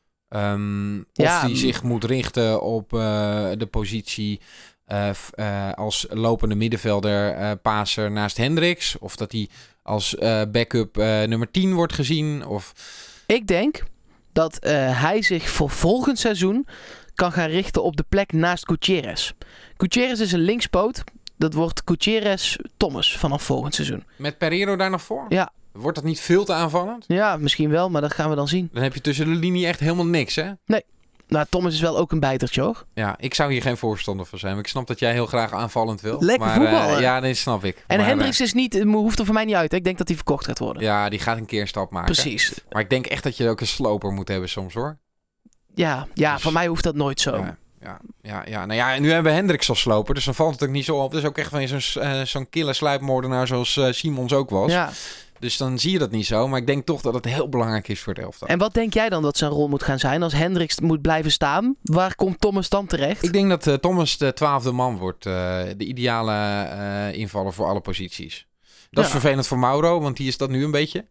Um, of ja, hij zich moet richten op uh, de positie uh, uh, als lopende middenvelder, uh, paser naast Hendricks. Of dat hij als uh, backup uh, nummer tien wordt gezien. Of... Ik denk dat uh, hij zich voor volgend seizoen kan gaan richten op de plek naast Gutierrez. Gutierrez is een linkspoot. Dat wordt Gutierrez-Thomas vanaf volgend seizoen. Met Pereiro daar nog voor? Ja. Wordt dat niet veel te aanvallend? Ja, misschien wel, maar dat gaan we dan zien. Dan heb je tussen de linie echt helemaal niks, hè? Nee. Nou, Thomas is wel ook een bijtertje, hoor. Ja, ik zou hier geen voorstander van zijn. Maar ik snap dat jij heel graag aanvallend wil. Lekker maar, voetballen. Uh, ja, dat snap ik. En maar, Hendricks is niet, hoeft er voor mij niet uit. Hè? Ik denk dat hij verkocht gaat worden. Ja, die gaat een keer een stap maken. Precies. Maar ik denk echt dat je ook een sloper moet hebben soms, hoor. Ja, ja dus, voor mij hoeft dat nooit zo. Ja. Ja, ja, ja, nou ja, en nu hebben we Hendricks als sloper, dus dan valt het ook niet zo op. Dat is ook echt van zo'n, uh, zo'n kille sluipmoordenaar zoals uh, Simons ook was. Ja. Dus dan zie je dat niet zo, maar ik denk toch dat het heel belangrijk is voor het elftal. En wat denk jij dan dat zijn rol moet gaan zijn als Hendricks moet blijven staan? Waar komt Thomas dan terecht? Ik denk dat uh, Thomas de twaalfde man wordt, uh, de ideale uh, invaller voor alle posities. Dat ja. is vervelend voor Mauro, want die is dat nu een beetje.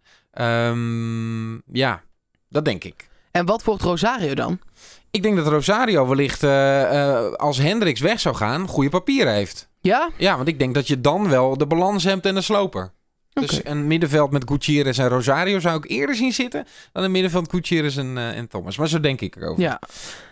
Um, ja, dat denk ik. En wat wordt Rosario dan? Ik denk dat Rosario wellicht, uh, uh, als Hendricks weg zou gaan, goede papieren heeft. Ja? Ja, want ik denk dat je dan wel de balans hebt en de sloper. Dus Okay. een middenveld met Gutierrez en Rosario zou ik eerder zien zitten dan een middenveld Gutierrez en, uh, en Thomas. Maar zo denk ik erover. Ja.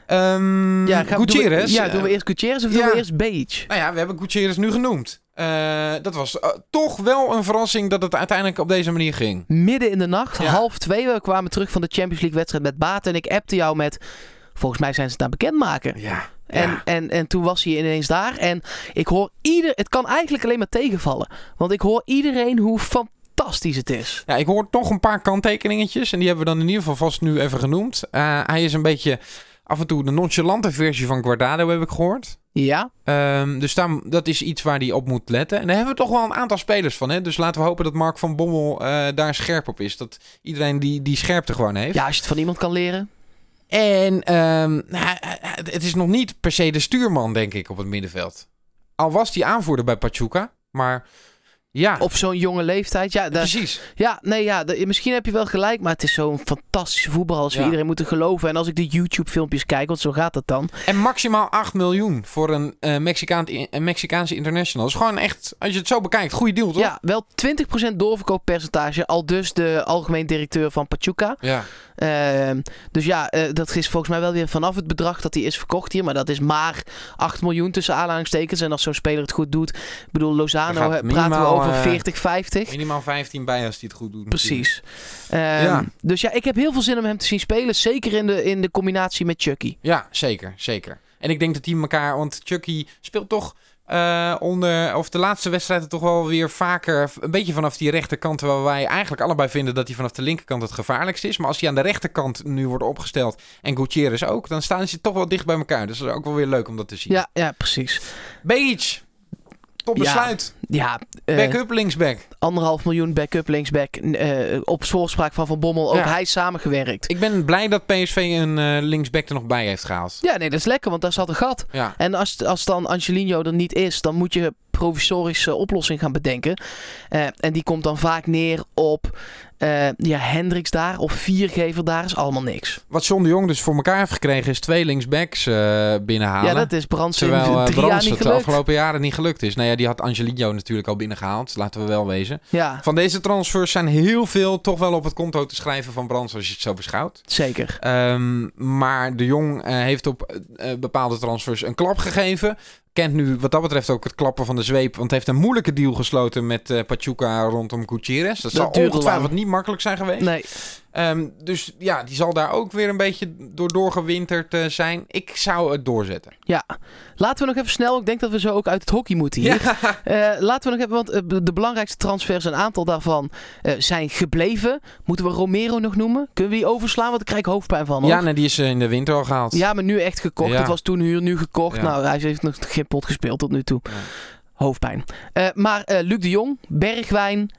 Um, Ja, gaan we- Gutierrez. Doen we, ja, doen we eerst Gutierrez of ja. doen we eerst Beach? Nou ja, we hebben Gutierrez nu genoemd. Uh, dat was uh, toch wel een verrassing dat het uiteindelijk op deze manier ging. Midden in de nacht, Ja. half twee. We kwamen terug van de Champions League wedstrijd met Baten. En ik appte jou met, volgens mij zijn ze het aan bekendmaken. Ja. En, ja. en, en toen was hij ineens daar. En ik hoor ieder... Het kan eigenlijk alleen maar tegenvallen. Want ik hoor iedereen hoe fantastisch het is. Ja, ik hoor toch een paar kanttekeningetjes. En die hebben we dan in ieder geval vast nu even genoemd. Uh, hij is een beetje af en toe de nonchalante versie van Guardado, heb ik gehoord. Ja. Um, dus daar, dat is iets waar hij op moet letten. En daar hebben we toch wel een aantal spelers van. Hè? Dus laten we hopen dat Mark van Bommel uh, daar scherp op is. Dat iedereen die, die scherpte gewoon heeft. Ja, als je het van iemand kan leren. En um, nou, het is nog niet per se de stuurman, denk ik, op het middenveld. Al was hij aanvoerder bij Pachuca. Maar ja. Op zo'n jonge leeftijd. Ja, daar, precies. Ja, nee, ja, de, misschien heb je wel gelijk. Maar het is zo'n fantastische voetbal. Als we Ja. iedereen moeten geloven. En als ik de YouTube filmpjes kijk, want zo gaat het dan. En maximaal acht miljoen voor een, uh, Mexicaan, een Mexicaanse international. Dat is gewoon echt, als je het zo bekijkt, goede deal, toch? Ja, wel twintig procent doorverkooppercentage. Al dus de algemeen directeur van Pachuca. Ja. Uh, dus ja, uh, dat is volgens mij wel weer vanaf het bedrag dat hij is verkocht hier. Maar dat is maar acht miljoen tussen aanhalingstekens. En als zo'n speler het goed doet. Ik bedoel, Lozano gaat praten minimaal, we over uh, veertig, vijftig. Minimaal vijftien bij als hij het goed doet. Precies. Um, Ja. Dus ja, ik heb heel veel zin om hem te zien spelen. Zeker in de, in de combinatie met Chucky. Ja, zeker, zeker. En ik denk dat die elkaar, want Chucky speelt toch uh, onder, of de laatste wedstrijden toch wel weer vaker een beetje vanaf die rechterkant, terwijl wij eigenlijk allebei vinden dat hij vanaf de linkerkant het gevaarlijkste is. Maar als hij aan de rechterkant nu wordt opgesteld en Gutierrez ook, dan staan ze toch wel dicht bij elkaar. Dus dat is ook wel weer leuk om dat te zien. Ja, ja, precies. Beach, top besluit. Ja, uh, Backup linksback. Anderhalf miljoen backup linksback. Uh, op voorspraak van Van Bommel. Ook Ja. hij samengewerkt. Ik ben blij dat P S V een uh, linksback er nog bij heeft gehaald. Ja, nee, dat is lekker, want daar zat een gat. Ja. En als, als dan Angelino er niet is, dan moet je provisorische oplossing gaan bedenken. Uh, en die komt dan vaak neer op uh, ja, Hendricks daar of Viergever daar. Is allemaal niks. Wat John de Jong dus voor elkaar heeft gekregen is twee linksbacks uh, binnenhalen. Ja, dat is Brands in Terwijl uh, drie Brands jaar niet het de gelukt. afgelopen jaren niet gelukt is. Nou ja, die had Angelino natuurlijk al binnengehaald. Laten we wel wezen. Ja, Van deze transfers zijn heel veel toch wel op het konto te schrijven van Brands als je het zo beschouwt. zeker. Um, maar de Jong uh, heeft op uh, bepaalde transfers een klap gegeven. Kent nu wat dat betreft ook het klappen van de zweep. Want heeft een moeilijke deal gesloten met uh, Pachuca rondom Gutierrez. Dat, dat zal duurde ongetwijfeld lang. niet makkelijk zijn geweest. Nee. Um, dus ja, die zal daar ook weer een beetje door doorgewinterd uh, zijn. Ik zou het doorzetten. Ja, laten we nog even snel. Ik denk dat we zo ook uit het hockey moeten hier. Ja. Uh, laten we nog even, want uh, de belangrijkste transfers, een aantal daarvan uh, zijn gebleven. Moeten we Romero nog noemen? Kunnen we die overslaan? Want ik krijg hoofdpijn van. Hoor. Ja, nee, die is uh, in de winter al gehaald. Ja, maar nu echt gekocht. Ja. Het was toen huur, nu gekocht. Ja. Nou, hij heeft nog geen pot gespeeld tot nu toe. Ja. Hoofdpijn. Uh, maar uh, Luc de Jong, Bergwijn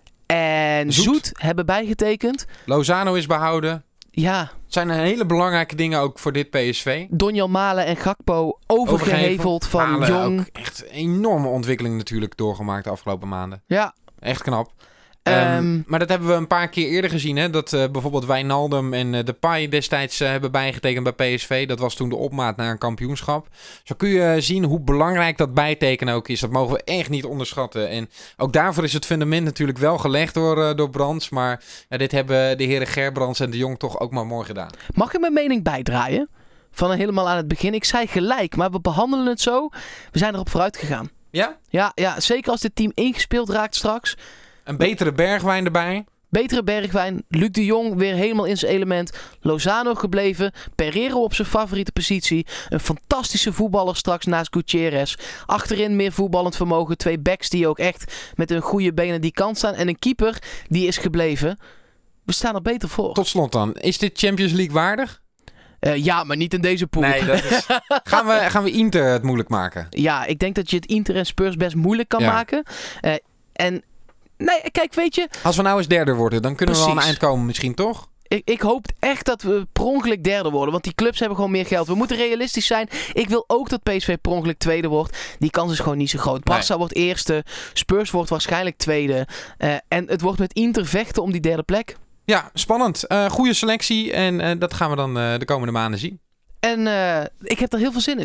en Zoet, Zoet hebben bijgetekend. Lozano is behouden. Ja. Het zijn hele belangrijke dingen ook voor dit P S V. Donjan Malen en Gakpo overgeheveld van Malen Jong. Ook echt een enorme ontwikkeling natuurlijk doorgemaakt de afgelopen maanden. Ja. Echt knap. Um, um, maar dat hebben we een paar keer eerder gezien. Hè? Dat uh, bijvoorbeeld Wijnaldum en uh, Depay destijds uh, hebben bijgetekend bij P S V. Dat was toen de opmaat naar een kampioenschap. Zo kun je uh, zien hoe belangrijk dat bijtekenen ook is. Dat mogen we echt niet onderschatten. En ook daarvoor is het fundament natuurlijk wel gelegd door, uh, door Brands. Maar uh, dit hebben de heren Gerbrands en de Jong toch ook maar mooi gedaan. Mag ik mijn mening bijdraaien? Van helemaal aan het begin. Ik zei gelijk, maar we behandelen het zo. We zijn erop vooruit gegaan. Ja? Ja, ja, zeker als dit team ingespeeld raakt straks. Een betere Bergwijn erbij. Betere Bergwijn. Luc de Jong weer helemaal in zijn element. Lozano gebleven. Pereiro op zijn favoriete positie. Een fantastische voetballer straks naast Gutierrez. Achterin meer voetballend vermogen. Twee backs die ook echt met hun goede benen die kant staan. En een keeper die is gebleven. We staan er beter voor. Tot slot dan. Is dit Champions League waardig? Uh, ja, maar niet in deze pool. Nee, dat is... gaan, we, gaan we Inter het moeilijk maken? Ja, ik denk dat je het Inter en Spurs best moeilijk kan ja. maken. Uh, en... Nee, kijk, weet je... Als we nou eens derde worden, dan kunnen Precies. we wel aan het eind komen misschien, toch? Ik, ik hoop echt dat we per ongeluk derde worden. Want die clubs hebben gewoon meer geld. We moeten realistisch zijn. Ik wil ook dat P S V per ongeluk tweede wordt. Die kans is gewoon niet zo groot. Barça nee. wordt eerste. Spurs wordt waarschijnlijk tweede. Uh, en het wordt met Inter vechten om die derde plek. Ja, spannend. Uh, goede selectie. En uh, dat gaan we dan uh, de komende maanden zien. En uh, ik heb er heel veel zin in.